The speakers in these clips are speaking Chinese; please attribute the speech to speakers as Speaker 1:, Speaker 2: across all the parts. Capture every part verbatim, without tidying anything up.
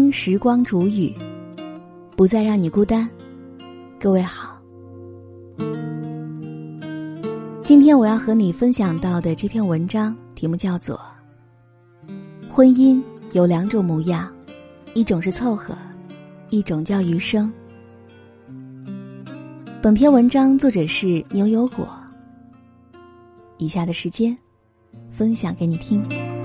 Speaker 1: 听时光煮雨，不再让你孤单。各位好，今天我要和你分享到的这篇文章题目叫做婚姻有两种模样，一种是凑合，一种叫余生。本篇文章作者是牛油果，以下的时间分享给你听。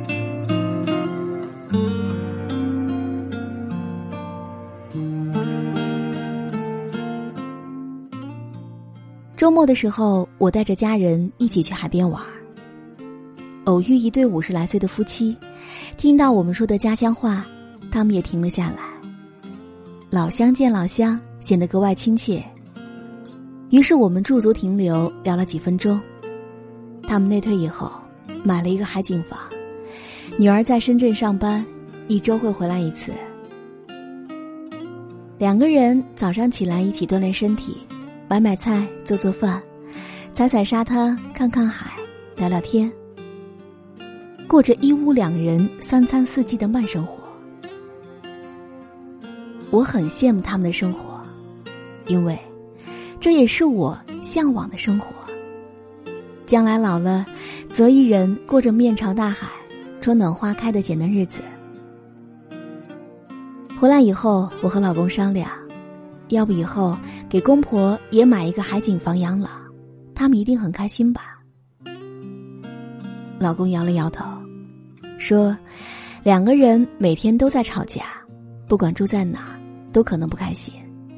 Speaker 1: 周末的时候，我带着家人一起去海边玩，偶遇一对五十来岁的夫妻，听到我们说的家乡话，他们也停了下来。老乡见老乡，显得格外亲切。于是我们驻足停留，聊了几分钟。他们内退以后，买了一个海景房，女儿在深圳上班，一周会回来一次。两个人早上起来一起锻炼身体，买买菜，做做饭，踩踩沙滩，看看海，聊聊天，过着一屋两人三餐四季的慢生活。我很羡慕他们的生活，因为这也是我向往的生活。将来老了，则一人过着面朝大海，春暖花开的简单日子。回来以后，我和老公商量，要不以后给公婆也买一个海景房养老，他们一定很开心吧。老公摇了摇头，说两个人每天都在吵架，不管住在哪儿都可能不开心。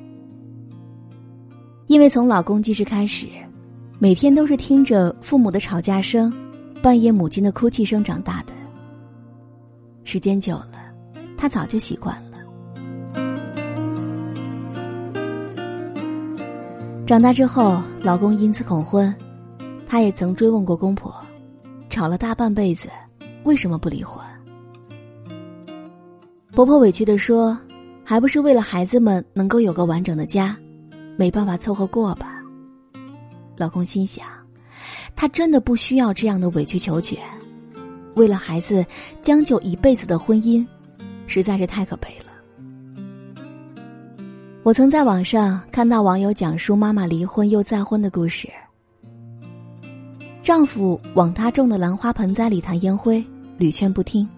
Speaker 1: 因为从老公记事开始，每天都是听着父母的吵架声，半夜母亲的哭泣声长大的。时间久了，他早就习惯了。长大之后，老公因此恐婚，他也曾追问过公婆，吵了大半辈子，为什么不离婚？婆婆委屈地说，还不是为了孩子们能够有个完整的家，没办法凑合过吧。老公心想，他真的不需要这样的委曲求全，为了孩子将就一辈子的婚姻，实在是太可悲了。我曾在网上看到网友讲述妈妈离婚又再婚的故事。丈夫往她种的兰花盆栽里弹烟灰，屡劝不听。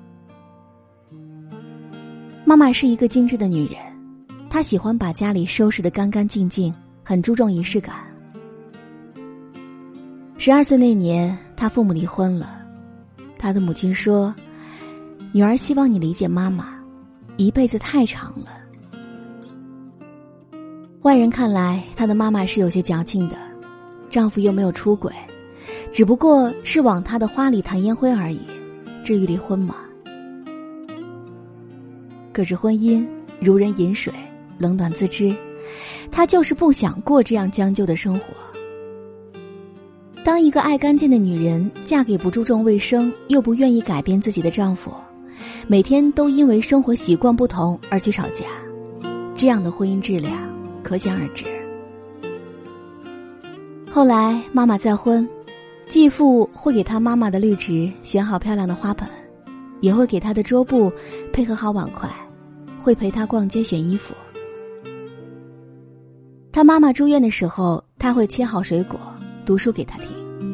Speaker 1: 妈妈是一个精致的女人，她喜欢把家里收拾得干干净净，很注重仪式感。十二岁那年，她父母离婚了。她的母亲说，女儿希望你理解妈妈，一辈子太长了。外人看来，她的妈妈是有些矫情的，丈夫又没有出轨，只不过是往她的花里弹烟灰而已，至于离婚吗？可是婚姻如人饮水，冷暖自知，她就是不想过这样将就的生活。当一个爱干净的女人嫁给不注重卫生又不愿意改变自己的丈夫，每天都因为生活习惯不同而去吵架，这样的婚姻质量可想而知。后来妈妈再婚，继父会给她妈妈的绿植选好漂亮的花盆，也会给她的桌布配合好碗筷，会陪她逛街选衣服。她妈妈住院的时候，他会切好水果读书给她听。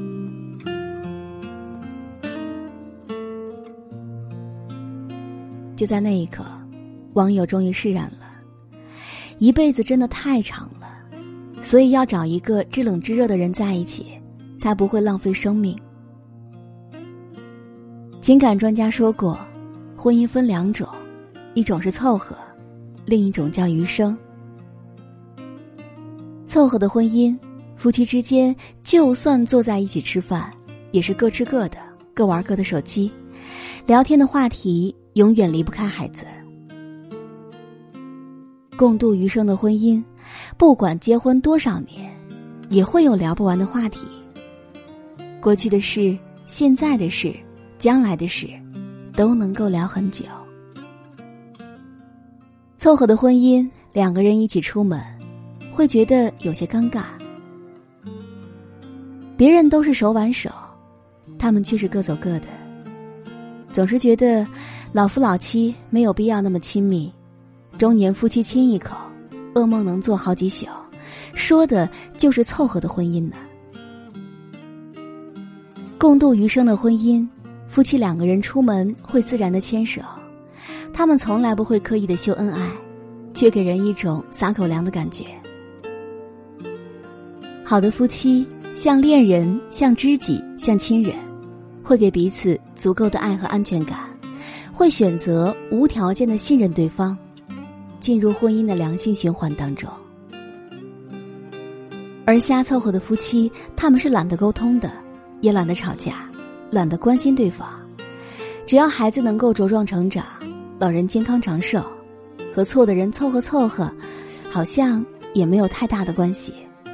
Speaker 1: 就在那一刻，网友终于释然了。一辈子真的太长了，所以要找一个知冷知热的人在一起，才不会浪费生命。情感专家说过，婚姻分两种，一种是凑合，另一种叫余生。凑合的婚姻，夫妻之间就算坐在一起吃饭，也是各吃各的，各玩各的手机，聊天的话题永远离不开孩子。共度余生的婚姻，不管结婚多少年，也会有聊不完的话题。过去的事，现在的事，将来的事，都能够聊很久。凑合的婚姻，两个人一起出门，会觉得有些尴尬。别人都是手挽手，他们却是各走各的。总是觉得老夫老妻没有必要那么亲密， 中年夫妻亲一口，噩梦能做好几宿，说的就是凑合的婚姻呢。共度余生的婚姻，夫妻两个人出门会自然的牵手，他们从来不会刻意的秀恩爱，却给人一种撒狗粮的感觉。好的夫妻像恋人，像知己，像亲人，会给彼此足够的爱和安全感，会选择无条件的信任对方，进入婚姻的良性循环当中。而瞎凑合的夫妻，他们是懒得沟通的，也懒得吵架，懒得关心对方，只要孩子能够茁壮成长，老人健康长寿，和错的人凑合凑合，好像也没有太大的关系。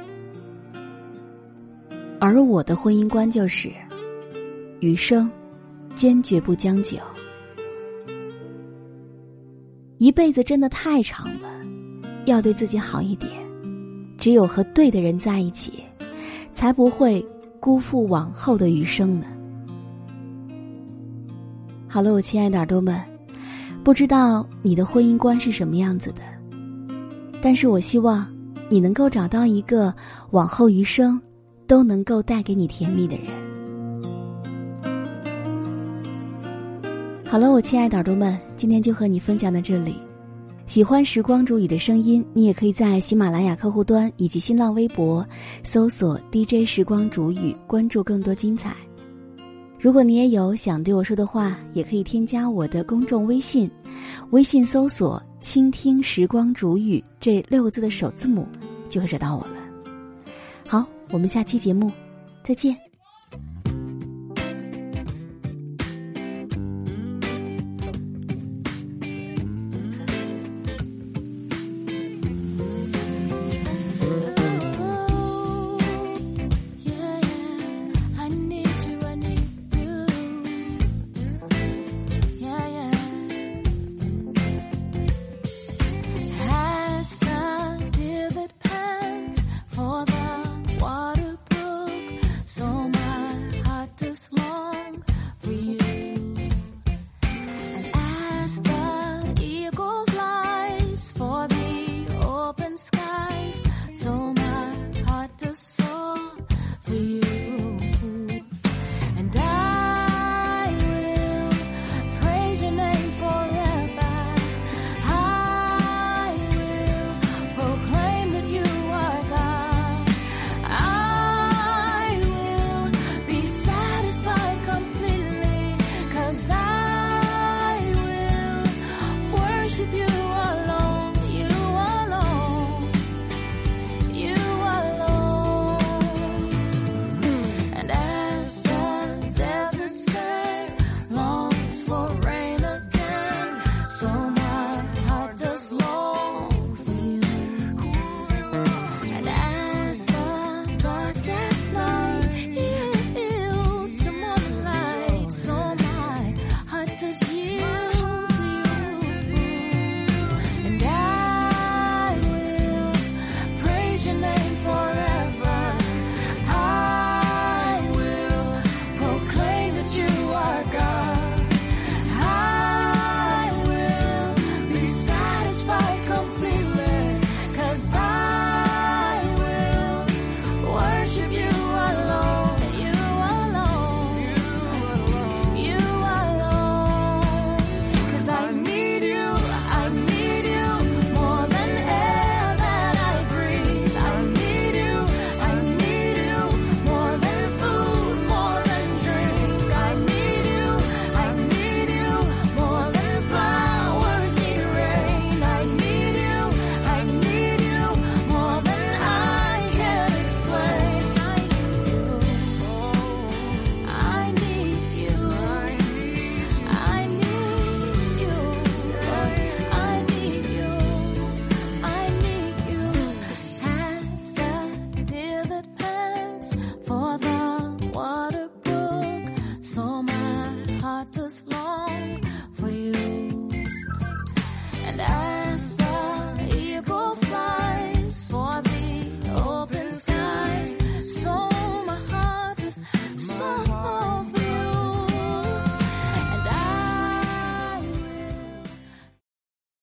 Speaker 1: 而我的婚姻观就是余生坚决不将就。一辈子真的太长了，要对自己好一点，只有和对的人在一起，才不会辜负往后的余生呢。好了，我亲爱的耳朵们，不知道你的婚姻观是什么样子的，但是我希望你能够找到一个往后余生都能够带给你甜蜜的人。好了，我亲爱的耳朵们，今天就和你分享到这里。喜欢时光煮雨的声音，你也可以在喜马拉雅客户端以及新浪微博搜索 D J 时光煮雨，关注更多精彩。如果你也有想对我说的话，也可以添加我的公众微信，微信搜索倾听时光煮雨这六个字的首字母，就会找到我了。好，我们下期节目再见。